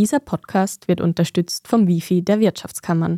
Dieser Podcast wird unterstützt vom Wifi der Wirtschaftskammern.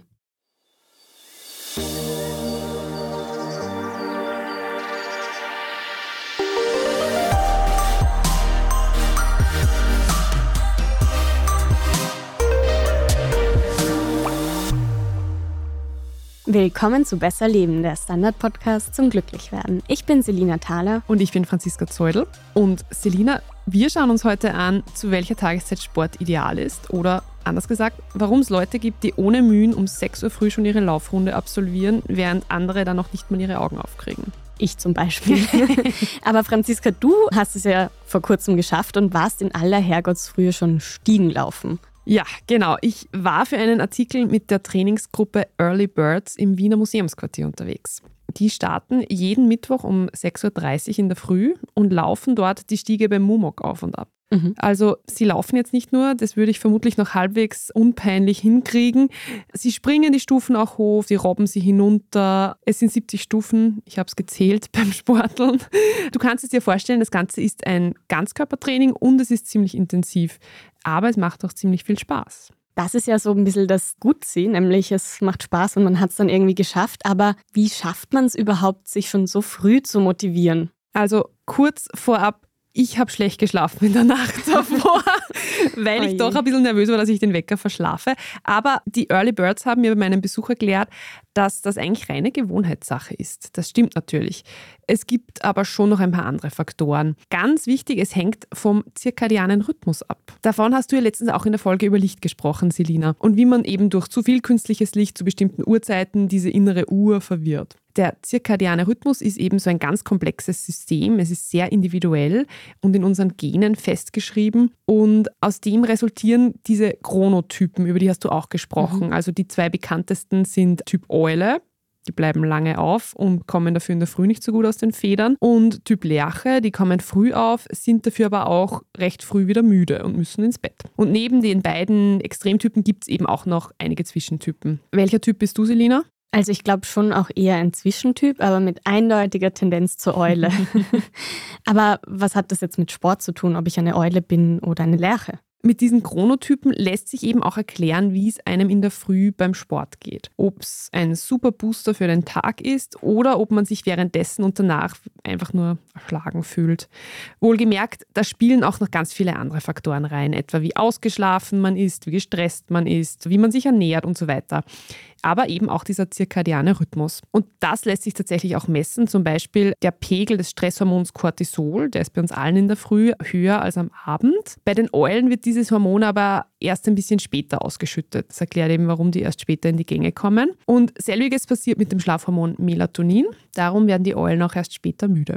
Willkommen zu Besser Leben, der Standard-Podcast zum Glücklichwerden. Ich bin Selina Thaler. Und ich bin Franziska Zeudel. Und Selina, wir schauen uns heute an, zu welcher Tageszeit Sport ideal ist. Oder anders gesagt, warum es Leute gibt, die ohne Mühen um 6 Uhr früh schon ihre Laufrunde absolvieren, während andere dann noch nicht mal ihre Augen aufkriegen. Ich zum Beispiel. Aber Franziska, du hast es ja vor kurzem geschafft und warst in aller Herrgottsfrühe schon Stiegen laufen. Ja, genau. Ich war für einen Artikel mit der Trainingsgruppe Early Birds im Wiener Museumsquartier unterwegs. Die starten jeden Mittwoch um 6.30 Uhr in der Früh und laufen dort die Stiege beim Mumok auf und ab. Also sie laufen jetzt nicht nur, das würde ich vermutlich noch halbwegs unpeinlich hinkriegen. Sie springen die Stufen auch hoch, sie robben sie hinunter. Es sind 70 Stufen, ich habe es gezählt beim Sporteln. Du kannst es dir vorstellen, das Ganze ist ein Ganzkörpertraining und es ist ziemlich intensiv. Aber es macht auch ziemlich viel Spaß. Das ist ja so ein bisschen das Gutsein, nämlich es macht Spaß und man hat es dann irgendwie geschafft. Aber wie schafft man es überhaupt, sich schon so früh zu motivieren? Also kurz vorab, ich habe schlecht geschlafen in der Nacht davor, weil ich doch ein bisschen nervös war, dass ich den Wecker verschlafe. Aber die Early Birds haben mir bei meinem Besuch erklärt, dass das eigentlich reine Gewohnheitssache ist. Das stimmt natürlich. Es gibt aber schon noch ein paar andere Faktoren. Ganz wichtig, es hängt vom zirkadianen Rhythmus ab. Davon hast du ja letztens auch in der Folge über Licht gesprochen, Selina. Und wie man eben durch zu viel künstliches Licht zu bestimmten Uhrzeiten diese innere Uhr verwirrt. Der zirkadiane Rhythmus ist eben so ein ganz komplexes System. Es ist sehr individuell und in unseren Genen festgeschrieben. Und aus dem resultieren diese Chronotypen, über die hast du auch gesprochen. Also die 2 bekanntesten sind Typ Eule. Die bleiben lange auf und kommen dafür in der Früh nicht so gut aus den Federn. Und Typ Lerche, die kommen früh auf, sind dafür aber auch recht früh wieder müde und müssen ins Bett. Und neben den beiden Extremtypen gibt es eben auch noch einige Zwischentypen. Welcher Typ bist du, Selina? Also ich glaube schon auch eher ein Zwischentyp, aber mit eindeutiger Tendenz zur Eule. Aber was hat das jetzt mit Sport zu tun, ob ich eine Eule bin oder eine Lerche? Mit diesen Chronotypen lässt sich eben auch erklären, wie es einem in der Früh beim Sport geht. Ob es ein super Booster für den Tag ist oder ob man sich währenddessen und danach einfach nur erschlagen fühlt. Wohlgemerkt, da spielen auch noch ganz viele andere Faktoren rein, etwa wie ausgeschlafen man ist, wie gestresst man ist, wie man sich ernährt und so weiter. Aber eben auch dieser zirkadiane Rhythmus. Und das lässt sich tatsächlich auch messen, zum Beispiel der Pegel des Stresshormons Cortisol, der ist bei uns allen in der Früh höher als am Abend. Bei den Eulen wird dieses Hormon aber erst ein bisschen später ausgeschüttet. Das erklärt eben, warum die erst später in die Gänge kommen. Und selbiges passiert mit dem Schlafhormon Melatonin. Darum werden die Eulen auch erst später müde.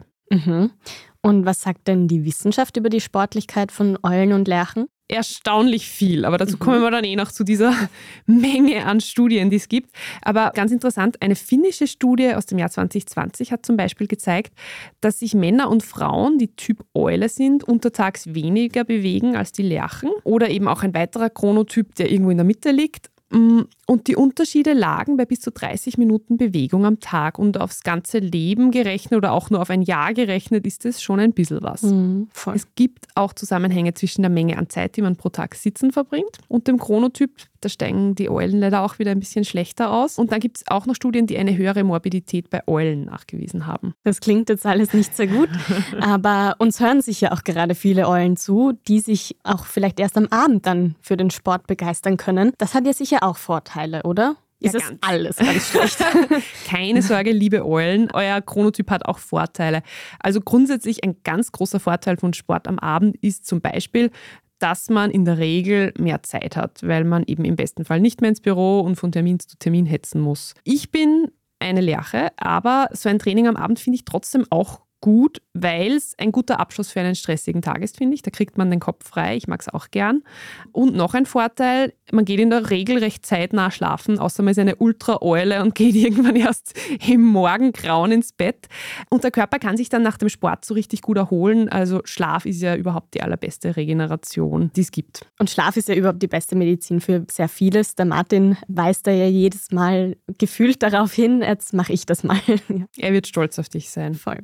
Und was sagt denn die Wissenschaft über die Sportlichkeit von Eulen und Lerchen? Erstaunlich viel, aber dazu kommen wir dann noch zu dieser Menge an Studien, die es gibt. Aber ganz interessant, eine finnische Studie aus dem Jahr 2020 hat zum Beispiel gezeigt, dass sich Männer und Frauen, die Typ Eule sind, untertags weniger bewegen als die Lerchen. Oder eben auch ein weiterer Chronotyp, der irgendwo in der Mitte liegt. Und die Unterschiede lagen bei bis zu 30 Minuten Bewegung am Tag. Und aufs ganze Leben gerechnet oder auch nur auf ein Jahr gerechnet ist es schon ein bisschen was. Voll. Es gibt auch Zusammenhänge zwischen der Menge an Zeit, die man pro Tag sitzen verbringt, und dem Chronotyp. Da steigen die Eulen leider auch wieder ein bisschen schlechter aus. Und dann gibt es auch noch Studien, die eine höhere Morbidität bei Eulen nachgewiesen haben. Das klingt jetzt alles nicht sehr gut, aber uns hören sich ja auch gerade viele Eulen zu, die sich auch vielleicht erst am Abend dann für den Sport begeistern können. Das hat ja sicher auch Vorteile, oder? Ist Ja, es alles ganz schlecht? Keine Sorge, liebe Eulen, euer Chronotyp hat auch Vorteile. Also grundsätzlich ein ganz großer Vorteil von Sport am Abend ist zum Beispiel, dass man in der Regel mehr Zeit hat, weil man eben im besten Fall nicht mehr ins Büro und von Termin zu Termin hetzen muss. Ich bin eine Lerche, aber so ein Training am Abend finde ich trotzdem auch gut, weil es ein guter Abschluss für einen stressigen Tag ist, finde ich. Da kriegt man den Kopf frei, ich mag es auch gern. Und noch ein Vorteil, man geht in der Regel recht zeitnah schlafen, außer man ist eine Ultra-Eule und geht irgendwann erst im Morgengrauen ins Bett. Und der Körper kann sich dann nach dem Sport so richtig gut erholen. Also Schlaf ist ja überhaupt die allerbeste Regeneration, die es gibt. Und Schlaf ist ja überhaupt die beste Medizin für sehr vieles. Der Martin weist da ja jedes Mal gefühlt darauf hin, jetzt mache ich das mal. Er wird stolz auf dich sein. Voll. Und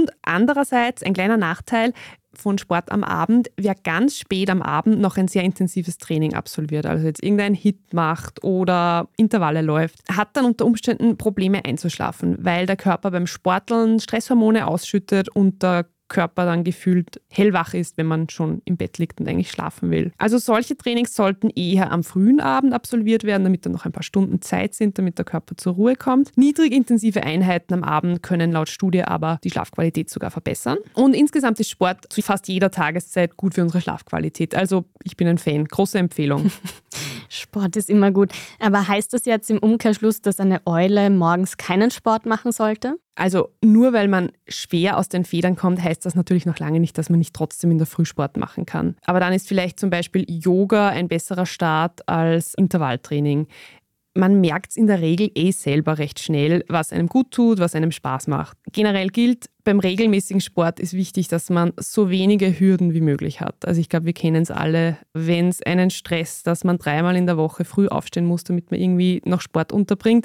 Und andererseits ein kleiner Nachteil von Sport am Abend, wer ganz spät am Abend noch ein sehr intensives Training absolviert, also jetzt irgendein HIIT macht oder Intervalle läuft, hat dann unter Umständen Probleme einzuschlafen, weil der Körper beim Sporteln Stresshormone ausschüttet und der Körper dann gefühlt hellwach ist, wenn man schon im Bett liegt und eigentlich schlafen will. Also solche Trainings sollten eher am frühen Abend absolviert werden, damit dann noch ein paar Stunden Zeit sind, damit der Körper zur Ruhe kommt. Niedrig intensive Einheiten am Abend können laut Studie aber die Schlafqualität sogar verbessern. Und insgesamt ist Sport zu fast jeder Tageszeit gut für unsere Schlafqualität. Also ich bin ein Fan. Große Empfehlung. Sport ist immer gut. Aber heißt das jetzt im Umkehrschluss, dass eine Eule morgens keinen Sport machen sollte? Also nur weil man schwer aus den Federn kommt, heißt das natürlich noch lange nicht, dass man nicht trotzdem in der Früh Sport machen kann. Aber dann ist vielleicht zum Beispiel Yoga ein besserer Start als Intervalltraining. Man merkt es in der Regel selber recht schnell, was einem gut tut, was einem Spaß macht. Generell gilt, beim regelmäßigen Sport ist wichtig, dass man so wenige Hürden wie möglich hat. Also ich glaube, wir kennen es alle, wenn es einen Stress, dass man 3-mal in der Woche früh aufstehen muss, damit man irgendwie noch Sport unterbringt,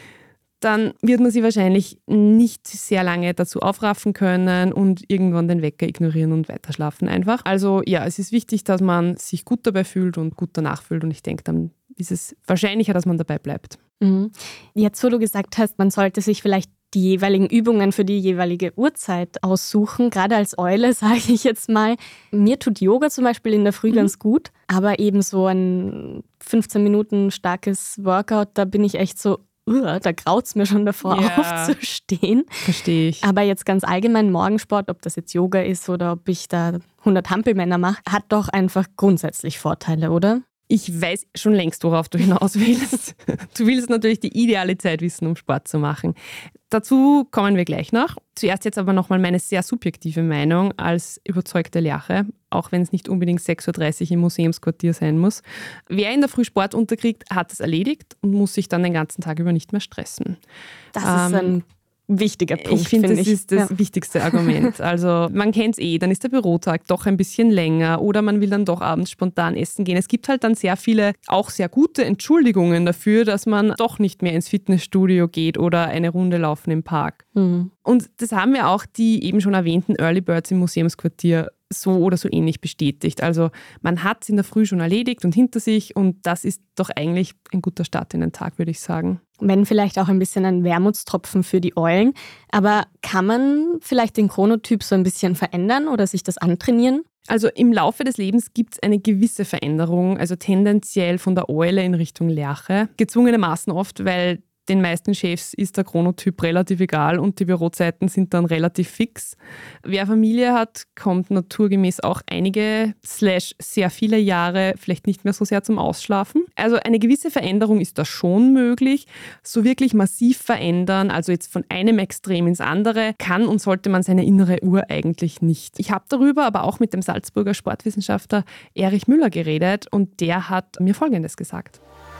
dann wird man sie wahrscheinlich nicht sehr lange dazu aufraffen können und irgendwann den Wecker ignorieren und weiterschlafen einfach. Also ja, es ist wichtig, dass man sich gut dabei fühlt und gut danach fühlt und ich denke, dann ist es wahrscheinlicher, dass man dabei bleibt. Mhm. Jetzt, wo du gesagt hast, man sollte sich vielleicht die jeweiligen Übungen für die jeweilige Uhrzeit aussuchen. Gerade als Eule, sage ich jetzt mal. Mir tut Yoga zum Beispiel in der Früh ganz gut, aber eben so ein 15 Minuten starkes Workout, da bin ich echt so, da graut es mir schon davor aufzustehen. Verstehe ich. Aber jetzt ganz allgemein Morgensport, ob das jetzt Yoga ist oder ob ich da 100 Hampelmänner mache, hat doch einfach grundsätzlich Vorteile, oder? Ich weiß schon längst, worauf du hinaus willst. Du willst natürlich die ideale Zeit wissen, um Sport zu machen. Dazu kommen wir gleich noch. Zuerst jetzt aber nochmal meine sehr subjektive Meinung als überzeugte Lerche, auch wenn es nicht unbedingt 6.30 Uhr im Museumsquartier sein muss. Wer in der Früh Sport unterkriegt, hat es erledigt und muss sich dann den ganzen Tag über nicht mehr stressen. Das ist ein wichtiger Punkt, ich finde, das ist das wichtigste Argument. Also man kennt es dann ist der Bürotag doch ein bisschen länger oder man will dann doch abends spontan essen gehen. Es gibt halt dann sehr viele, auch sehr gute Entschuldigungen dafür, dass man doch nicht mehr ins Fitnessstudio geht oder eine Runde laufen im Park. Mhm. Und das haben ja auch die eben schon erwähnten Early Birds im Museumsquartier so oder so ähnlich bestätigt. Also man hat es in der Früh schon erledigt und hinter sich und das ist doch eigentlich ein guter Start in den Tag, würde ich sagen. Wenn vielleicht auch ein bisschen ein Wermutstropfen für die Eulen. Aber kann man vielleicht den Chronotyp so ein bisschen verändern oder sich das antrainieren? Also im Laufe des Lebens gibt es eine gewisse Veränderung, also tendenziell von der Eule in Richtung Lerche. Gezwungenermaßen oft, weil den meisten Chefs ist der Chronotyp relativ egal und die Bürozeiten sind dann relativ fix. Wer Familie hat, kommt naturgemäß auch einige / sehr viele Jahre vielleicht nicht mehr so sehr zum Ausschlafen. Also eine gewisse Veränderung ist da schon möglich. So wirklich massiv verändern, also jetzt von einem Extrem ins andere, kann und sollte man seine innere Uhr eigentlich nicht. Ich habe darüber aber auch mit dem Salzburger Sportwissenschaftler Erich Müller geredet und der hat mir Folgendes gesagt.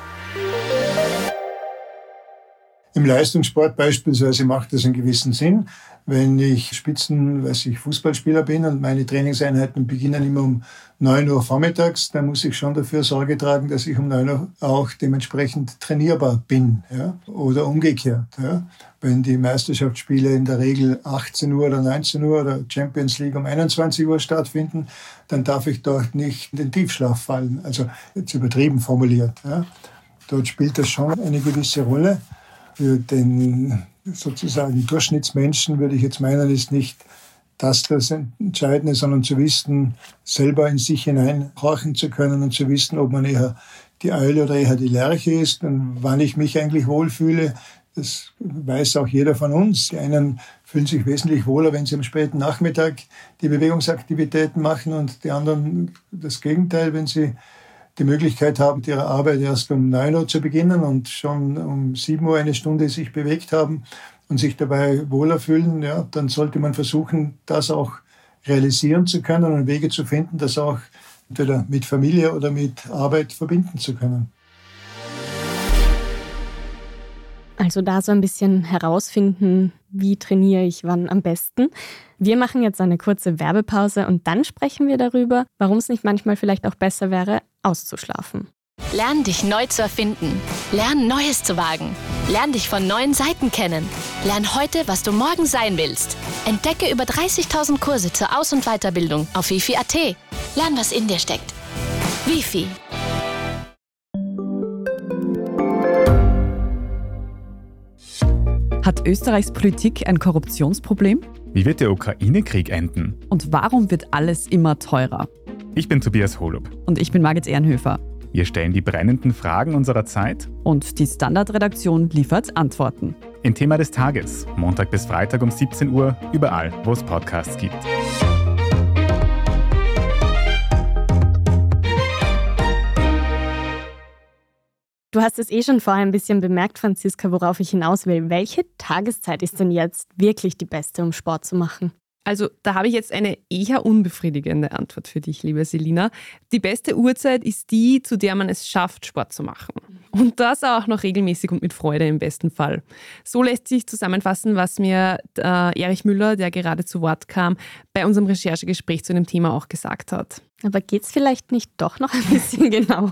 Im Leistungssport beispielsweise macht das einen gewissen Sinn. Wenn ich Fußballspieler bin und meine Trainingseinheiten beginnen immer um 9 Uhr vormittags, dann muss ich schon dafür Sorge tragen, dass ich um 9 Uhr auch dementsprechend trainierbar bin. Ja? Oder umgekehrt. Ja? Wenn die Meisterschaftsspiele in der Regel 18 Uhr oder 19 Uhr oder Champions League um 21 Uhr stattfinden, dann darf ich dort nicht in den Tiefschlaf fallen. Also jetzt übertrieben formuliert. Ja? Dort spielt das schon eine gewisse Rolle. Für den sozusagen Durchschnittsmenschen würde ich jetzt meinen, ist nicht das Entscheidende, sondern zu wissen, selber in sich hineinhorchen zu können und zu wissen, ob man eher die Eule oder eher die Lerche ist und wann ich mich eigentlich wohlfühle. Das weiß auch jeder von uns. Die einen fühlen sich wesentlich wohler, wenn sie am späten Nachmittag die Bewegungsaktivitäten machen und die anderen das Gegenteil, wenn sie die Möglichkeit haben, ihre Arbeit erst um 9 Uhr zu beginnen und schon um 7 Uhr eine Stunde sich bewegt haben und sich dabei wohler fühlen, ja, dann sollte man versuchen, das auch realisieren zu können und Wege zu finden, das auch entweder mit Familie oder mit Arbeit verbinden zu können. Also da so ein bisschen herausfinden, wie trainiere ich wann am besten. Wir machen jetzt eine kurze Werbepause und dann sprechen wir darüber, warum es nicht manchmal vielleicht auch besser wäre, auszuschlafen. Lern dich neu zu erfinden. Lern Neues zu wagen. Lern dich von neuen Seiten kennen. Lern heute, was du morgen sein willst. Entdecke über 30.000 Kurse zur Aus- und Weiterbildung auf wifi.at. Lern, was in dir steckt. Wifi. Hat Österreichs Politik ein Korruptionsproblem? Wie wird der Ukraine-Krieg enden? Und warum wird alles immer teurer? Ich bin Tobias Holub. Und ich bin Margit Ehrenhöfer. Wir stellen die brennenden Fragen unserer Zeit. Und die Standardredaktion liefert Antworten. In Thema des Tages, Montag bis Freitag um 17 Uhr, überall, wo es Podcasts gibt. Du hast es schon vorher ein bisschen bemerkt, Franziska, worauf ich hinaus will. Welche Tageszeit ist denn jetzt wirklich die beste, um Sport zu machen? Also da habe ich jetzt eine eher unbefriedigende Antwort für dich, liebe Selina. Die beste Uhrzeit ist die, zu der man es schafft, Sport zu machen. Und das auch noch regelmäßig und mit Freude im besten Fall. So lässt sich zusammenfassen, was mir Erich Müller, der gerade zu Wort kam, bei unserem Recherchegespräch zu dem Thema auch gesagt hat. Aber geht es vielleicht nicht doch noch ein bisschen genauer?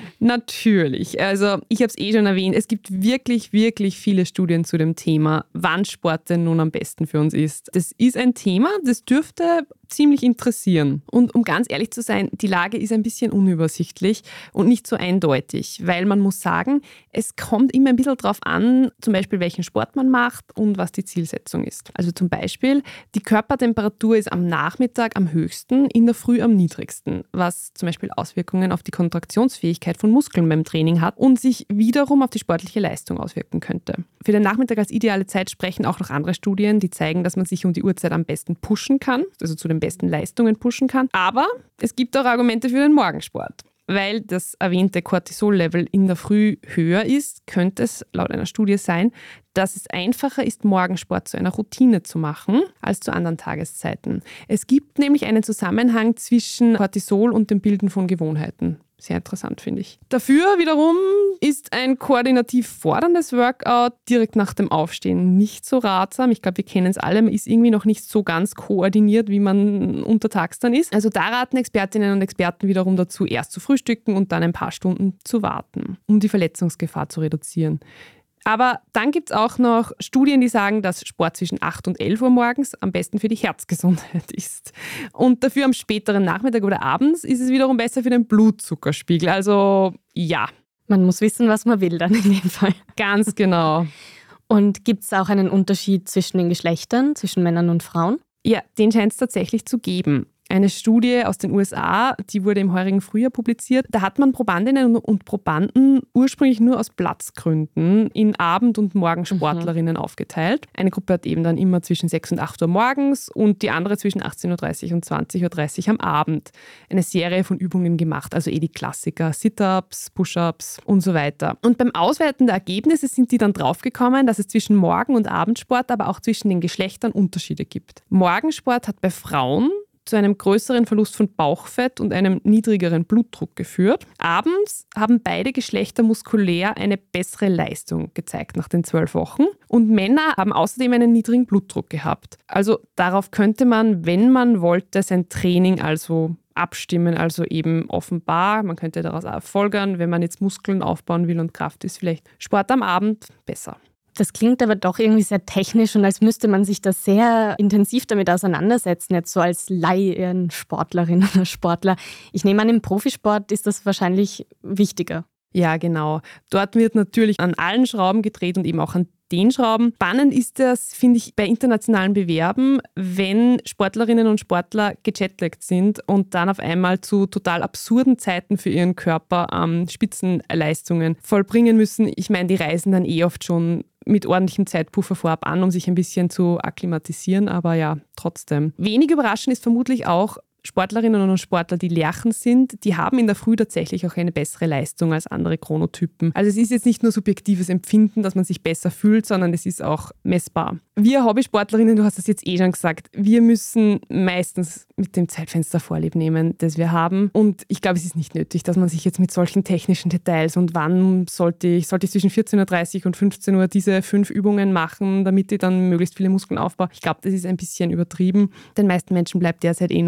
Natürlich. Also ich habe es schon erwähnt, es gibt wirklich, wirklich viele Studien zu dem Thema, wann Sport denn nun am besten für uns ist. Das ist ein Thema, das dürfte ziemlich interessieren. Und um ganz ehrlich zu sein, die Lage ist ein bisschen unübersichtlich und nicht so eindeutig, weil man muss sagen, es kommt immer ein bisschen drauf an, zum Beispiel welchen Sport man macht und was die Zielsetzung ist. Also zum Beispiel, die Körpertemperatur ist am Nachmittag am höchsten, in der Früh am niedrigsten, was zum Beispiel Auswirkungen auf die Kontraktionsfähigkeit von Muskeln beim Training hat und sich wiederum auf die sportliche Leistung auswirken könnte. Für den Nachmittag als ideale Zeit sprechen auch noch andere Studien, die zeigen, dass man sich um die Uhrzeit am besten pushen kann, also zu den besten Leistungen pushen kann. Aber es gibt auch Argumente für den Morgensport. Weil das erwähnte Cortisol-Level in der Früh höher ist, könnte es laut einer Studie sein, dass es einfacher ist, Morgensport zu einer Routine zu machen als zu anderen Tageszeiten. Es gibt nämlich einen Zusammenhang zwischen Cortisol und dem Bilden von Gewohnheiten. Sehr interessant, finde ich. Dafür wiederum ist ein koordinativ forderndes Workout direkt nach dem Aufstehen nicht so ratsam. Ich glaube, wir kennen es alle, man ist irgendwie noch nicht so ganz koordiniert, wie man untertags dann ist. Also da raten Expertinnen und Experten wiederum dazu, erst zu frühstücken und dann ein paar Stunden zu warten, um die Verletzungsgefahr zu reduzieren. Aber dann gibt es auch noch Studien, die sagen, dass Sport zwischen 8 und 11 Uhr morgens am besten für die Herzgesundheit ist. Und dafür am späteren Nachmittag oder abends ist es wiederum besser für den Blutzuckerspiegel. Also ja. Man muss wissen, was man will dann in dem Fall. Ganz genau. Und gibt es auch einen Unterschied zwischen den Geschlechtern, zwischen Männern und Frauen? Ja, den scheint es tatsächlich zu geben. Eine Studie aus den USA, die wurde im heurigen Frühjahr publiziert. Da hat man Probandinnen und Probanden ursprünglich nur aus Platzgründen in Abend- und Morgensportlerinnen aufgeteilt. Eine Gruppe hat eben dann immer zwischen 6 und 8 Uhr morgens und die andere zwischen 18.30 Uhr und 20.30 Uhr am Abend eine Serie von Übungen gemacht, also die Klassiker, Sit-Ups, Push-Ups und so weiter. Und beim Auswerten der Ergebnisse sind die dann draufgekommen, dass es zwischen Morgen- und Abendsport, aber auch zwischen den Geschlechtern Unterschiede gibt. Morgensport hat bei Frauen zu einem größeren Verlust von Bauchfett und einem niedrigeren Blutdruck geführt. Abends haben beide Geschlechter muskulär eine bessere Leistung gezeigt nach den 12 Wochen. Und Männer haben außerdem einen niedrigen Blutdruck gehabt. Also darauf könnte man, wenn man wollte, sein Training also abstimmen. Also eben offenbar, man könnte daraus auch folgern, wenn man jetzt Muskeln aufbauen will und Kraft ist, vielleicht Sport am Abend besser. Das klingt aber doch irgendwie sehr technisch und als müsste man sich da sehr intensiv damit auseinandersetzen, jetzt so als Laiensportlerin oder Sportler. Ich nehme an, im Profisport ist das wahrscheinlich wichtiger. Ja, genau. Dort wird natürlich an allen Schrauben gedreht und eben auch an den Schrauben. Spannend ist das, finde ich, bei internationalen Bewerben, wenn Sportlerinnen und Sportler gejetlaggt sind und dann auf einmal zu total absurden Zeiten für ihren Körper Spitzenleistungen vollbringen müssen. Ich meine, die reisen dann oft schon mit ordentlichem Zeitpuffer vorab an, um sich ein bisschen zu akklimatisieren, aber ja, trotzdem. Wenig überraschend ist vermutlich auch, Sportlerinnen und Sportler, die Lerchen sind, die haben in der Früh tatsächlich auch eine bessere Leistung als andere Chronotypen. Also es ist jetzt nicht nur subjektives Empfinden, dass man sich besser fühlt, sondern es ist auch messbar. Wir Hobbysportlerinnen, du hast das jetzt schon gesagt, wir müssen meistens mit dem Zeitfenster Vorlieb nehmen, das wir haben. Und ich glaube, es ist nicht nötig, dass man sich jetzt mit solchen technischen Details und wann sollte ich zwischen 14.30 Uhr und 15 Uhr diese 5 Übungen machen, damit ich dann möglichst viele Muskeln aufbaue. Ich glaube, das ist ein bisschen übertrieben. Den meisten Menschen bleibt derzeit nur Sport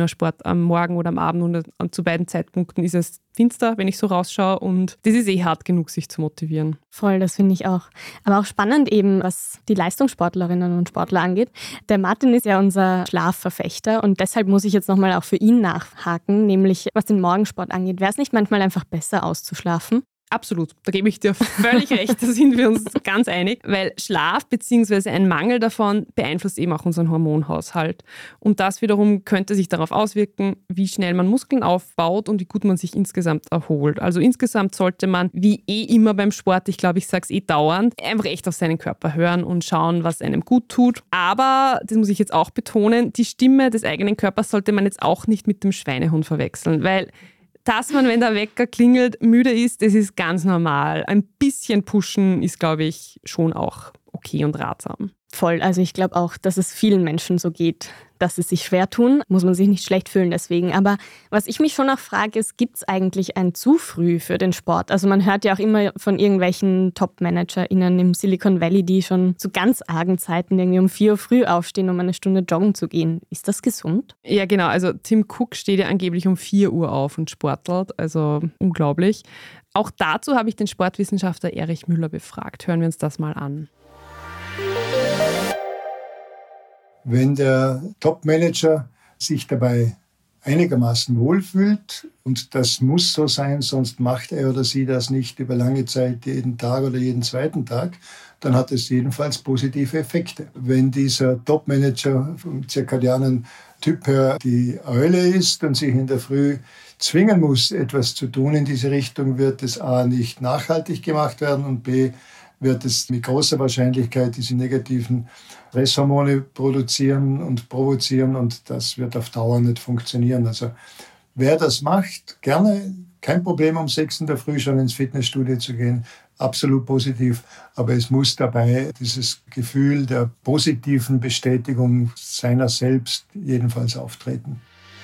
am Morgen oder am Abend und zu beiden Zeitpunkten ist es finster, wenn ich so rausschaue und das ist hart genug, sich zu motivieren. Voll, das finde ich auch. Aber auch spannend eben, was die Leistungssportlerinnen und Sportler angeht. Der Martin ist ja unser Schlafverfechter und deshalb muss ich jetzt nochmal auch für ihn nachhaken, nämlich was den Morgensport angeht. Wäre es nicht manchmal einfach besser auszuschlafen? Absolut, da gebe ich dir völlig recht, da sind wir uns ganz einig, weil Schlaf bzw. ein Mangel davon beeinflusst eben auch unseren Hormonhaushalt. Und das wiederum könnte sich darauf auswirken, wie schnell man Muskeln aufbaut und wie gut man sich insgesamt erholt. Also insgesamt sollte man, wie immer beim Sport, ich glaube, ich sage es dauernd, einfach echt auf seinen Körper hören und schauen, was einem gut tut. Aber, das muss ich jetzt auch betonen, die Stimme des eigenen Körpers sollte man jetzt auch nicht mit dem Schweinehund verwechseln, weil dass man, wenn der Wecker klingelt, müde ist, das ist ganz normal. Ein bisschen pushen ist, glaube ich, schon auch okay und ratsam. Voll, also ich glaube auch, dass es vielen Menschen so geht, dass sie sich schwer tun, muss man sich nicht schlecht fühlen deswegen. Aber was ich mich schon auch frage, ist, gibt es eigentlich ein zu früh für den Sport? Also man hört ja auch immer von irgendwelchen Top-ManagerInnen im Silicon Valley, die schon zu ganz argen Zeiten irgendwie um 4 Uhr früh aufstehen, um eine Stunde joggen zu gehen. Ist das gesund? Ja, genau. Also Tim Cook steht ja angeblich um 4 Uhr auf und sportelt. Also unglaublich. Auch dazu habe ich den Sportwissenschaftler Erich Müller befragt. Hören wir uns das mal an. Wenn der Top-Manager sich dabei einigermaßen wohlfühlt, und das muss so sein, sonst macht er oder sie das nicht über lange Zeit, jeden Tag oder jeden zweiten Tag, dann hat es jedenfalls positive Effekte. Wenn dieser Top-Manager vom zirkadianen Typ her die Eule ist und sich in der Früh zwingen muss, etwas zu tun in diese Richtung, wird es A nicht nachhaltig gemacht werden und B wird es mit großer Wahrscheinlichkeit diese negativen Stresshormone produzieren und provozieren und das wird auf Dauer nicht funktionieren. Also wer das macht, gerne, kein Problem um 6 in der Früh schon ins Fitnessstudio zu gehen, absolut positiv, aber es muss dabei dieses Gefühl der positiven Bestätigung seiner selbst jedenfalls auftreten.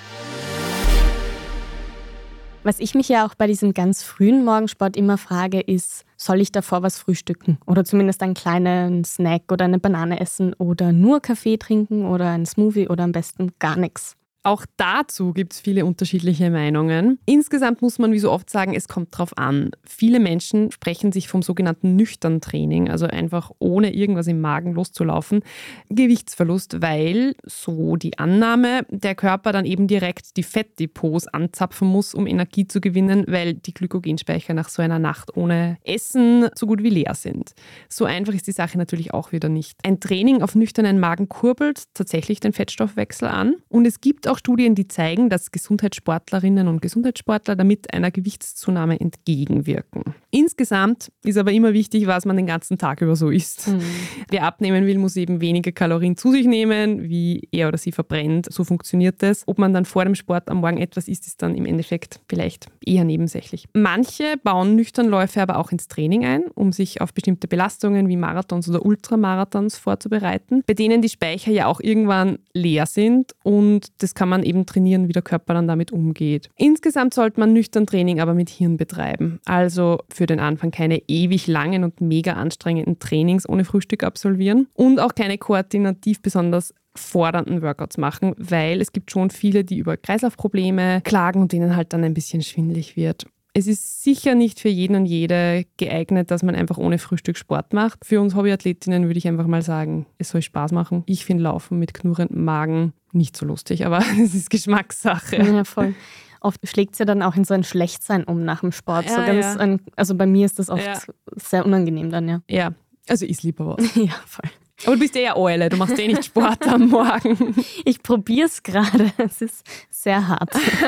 Was ich mich ja auch bei diesem ganz frühen Morgensport immer frage, ist, soll ich davor was frühstücken? Oder zumindest einen kleinen Snack oder eine Banane essen oder nur Kaffee trinken oder einen Smoothie oder am besten gar nichts? Auch dazu gibt es viele unterschiedliche Meinungen. Insgesamt muss man wie so oft sagen, es kommt drauf an. Viele Menschen sprechen sich vom sogenannten nüchtern Training, also einfach ohne irgendwas im Magen loszulaufen, Gewichtsverlust, weil, so die Annahme, der Körper dann eben direkt die Fettdepots anzapfen muss, um Energie zu gewinnen, weil die Glykogenspeicher nach so einer Nacht ohne Essen so gut wie leer sind. So einfach ist die Sache natürlich auch wieder nicht. Ein Training auf nüchternen Magen kurbelt tatsächlich den Fettstoffwechsel an und es gibt auch Studien, die zeigen, dass Gesundheitssportlerinnen und Gesundheitssportler damit einer Gewichtszunahme entgegenwirken. Insgesamt ist aber immer wichtig, was man den ganzen Tag über so isst. Wer abnehmen will, muss eben weniger Kalorien zu sich nehmen, wie er oder sie verbrennt. So funktioniert das. Ob man dann vor dem Sport am Morgen etwas isst, ist dann im Endeffekt vielleicht eher nebensächlich. Manche bauen Nüchternläufe aber auch ins Training ein, um sich auf bestimmte Belastungen wie Marathons oder Ultramarathons vorzubereiten, bei denen die Speicher ja auch irgendwann leer sind und das kann man eben trainieren, wie der Körper dann damit umgeht. Insgesamt sollte man nüchtern Training aber mit Hirn betreiben. Also für den Anfang keine ewig langen und mega anstrengenden Trainings ohne Frühstück absolvieren und auch keine koordinativ besonders fordernden Workouts machen, weil es gibt schon viele, die über Kreislaufprobleme klagen und denen halt dann ein bisschen schwindelig wird. Es ist sicher nicht für jeden und jede geeignet, dass man einfach ohne Frühstück Sport macht. Für uns Hobbyathletinnen würde ich einfach mal sagen, es soll Spaß machen. Ich finde Laufen mit knurrendem Magen nicht so lustig, aber es ist Geschmackssache. Ja, voll. Oft schlägt es ja dann auch in so ein Schlechtsein um nach dem Sport. Ja, so ganz also bei mir ist das oft sehr unangenehm dann, ja. Ja, also iss lieber was. Ja, voll. Aber du bist ja Eule, du machst nicht Sport am Morgen. Ich probiere es gerade, es ist sehr hart.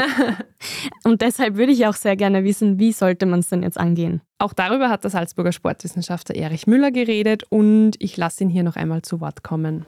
Und deshalb würde ich auch sehr gerne wissen, wie sollte man es denn jetzt angehen? Auch darüber hat der Salzburger Sportwissenschaftler Erich Müller geredet und ich lasse ihn hier noch einmal zu Wort kommen.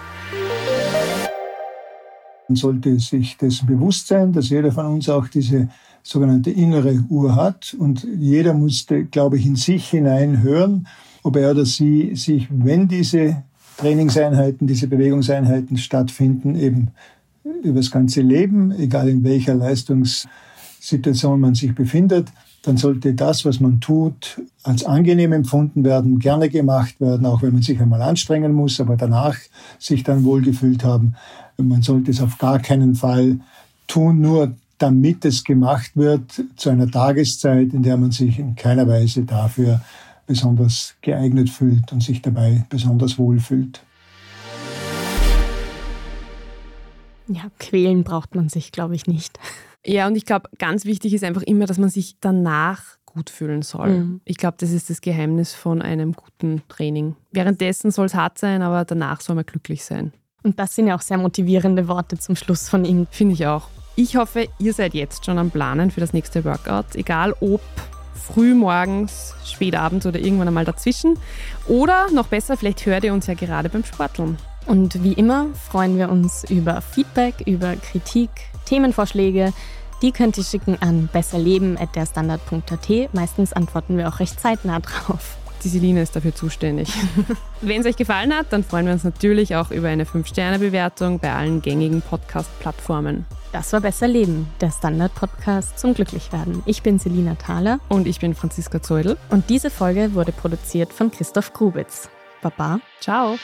Man sollte sich dessen bewusst sein, dass jeder von uns auch diese sogenannte innere Uhr hat und jeder musste, glaube ich, in sich hineinhören, ob er oder sie sich, wenn diese Trainingseinheiten, diese Bewegungseinheiten stattfinden, eben über das ganze Leben, egal in welcher Leistungssituation man sich befindet, dann sollte das, was man tut, als angenehm empfunden werden, gerne gemacht werden, auch wenn man sich einmal anstrengen muss, aber danach sich dann wohlgefühlt haben. Man sollte es auf gar keinen Fall tun, nur damit es gemacht wird zu einer Tageszeit, in der man sich in keiner Weise dafür besonders geeignet fühlt und sich dabei besonders wohl fühlt. Ja, quälen braucht man sich, glaube ich, nicht. Ja, und ich glaube, ganz wichtig ist einfach immer, dass man sich danach gut fühlen soll. Mhm. Ich glaube, das ist das Geheimnis von einem guten Training. Währenddessen soll es hart sein, aber danach soll man glücklich sein. Und das sind ja auch sehr motivierende Worte zum Schluss von ihm. Finde ich auch. Ich hoffe, ihr seid jetzt schon am Planen für das nächste Workout, egal ob früh morgens, spät abends oder irgendwann einmal dazwischen. Oder noch besser, vielleicht hört ihr uns ja gerade beim Sporteln. Und wie immer freuen wir uns über Feedback, über Kritik, Themenvorschläge. Die könnt ihr schicken an besserleben@derstandard.at. Meistens antworten wir auch recht zeitnah drauf. Die Selina ist dafür zuständig. Wenn es euch gefallen hat, dann freuen wir uns natürlich auch über eine 5-Sterne-Bewertung bei allen gängigen Podcast-Plattformen. Das war Besser Leben, der Standard-Podcast zum Glücklichwerden. Ich bin Selina Thaler. Und ich bin Franziska Zeudel. Und diese Folge wurde produziert von Christoph Grubitz. Baba. Ciao.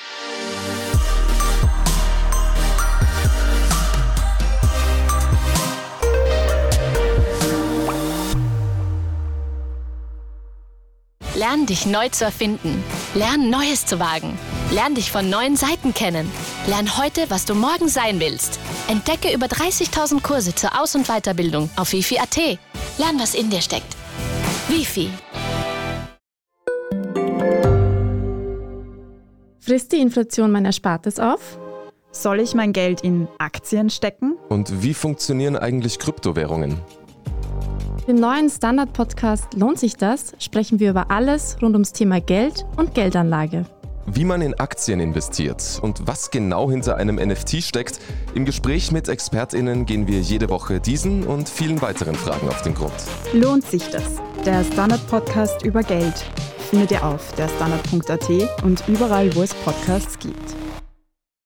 Lern dich neu zu erfinden. Lern Neues zu wagen. Lern dich von neuen Seiten kennen. Lern heute, was du morgen sein willst. Entdecke über 30.000 Kurse zur Aus- und Weiterbildung auf wifi.at. Lern, was in dir steckt. Wifi. Frisst die Inflation mein Erspartes auf? Soll ich mein Geld in Aktien stecken? Und wie funktionieren eigentlich Kryptowährungen? Im neuen Standard-Podcast Lohnt sich das? Sprechen wir über alles rund ums Thema Geld und Geldanlage. Wie man in Aktien investiert und was genau hinter einem NFT steckt. Im Gespräch mit ExpertInnen gehen wir jede Woche diesen und vielen weiteren Fragen auf den Grund. Lohnt sich das? Der Standard-Podcast über Geld findet ihr auf derstandard.at und überall, wo es Podcasts gibt.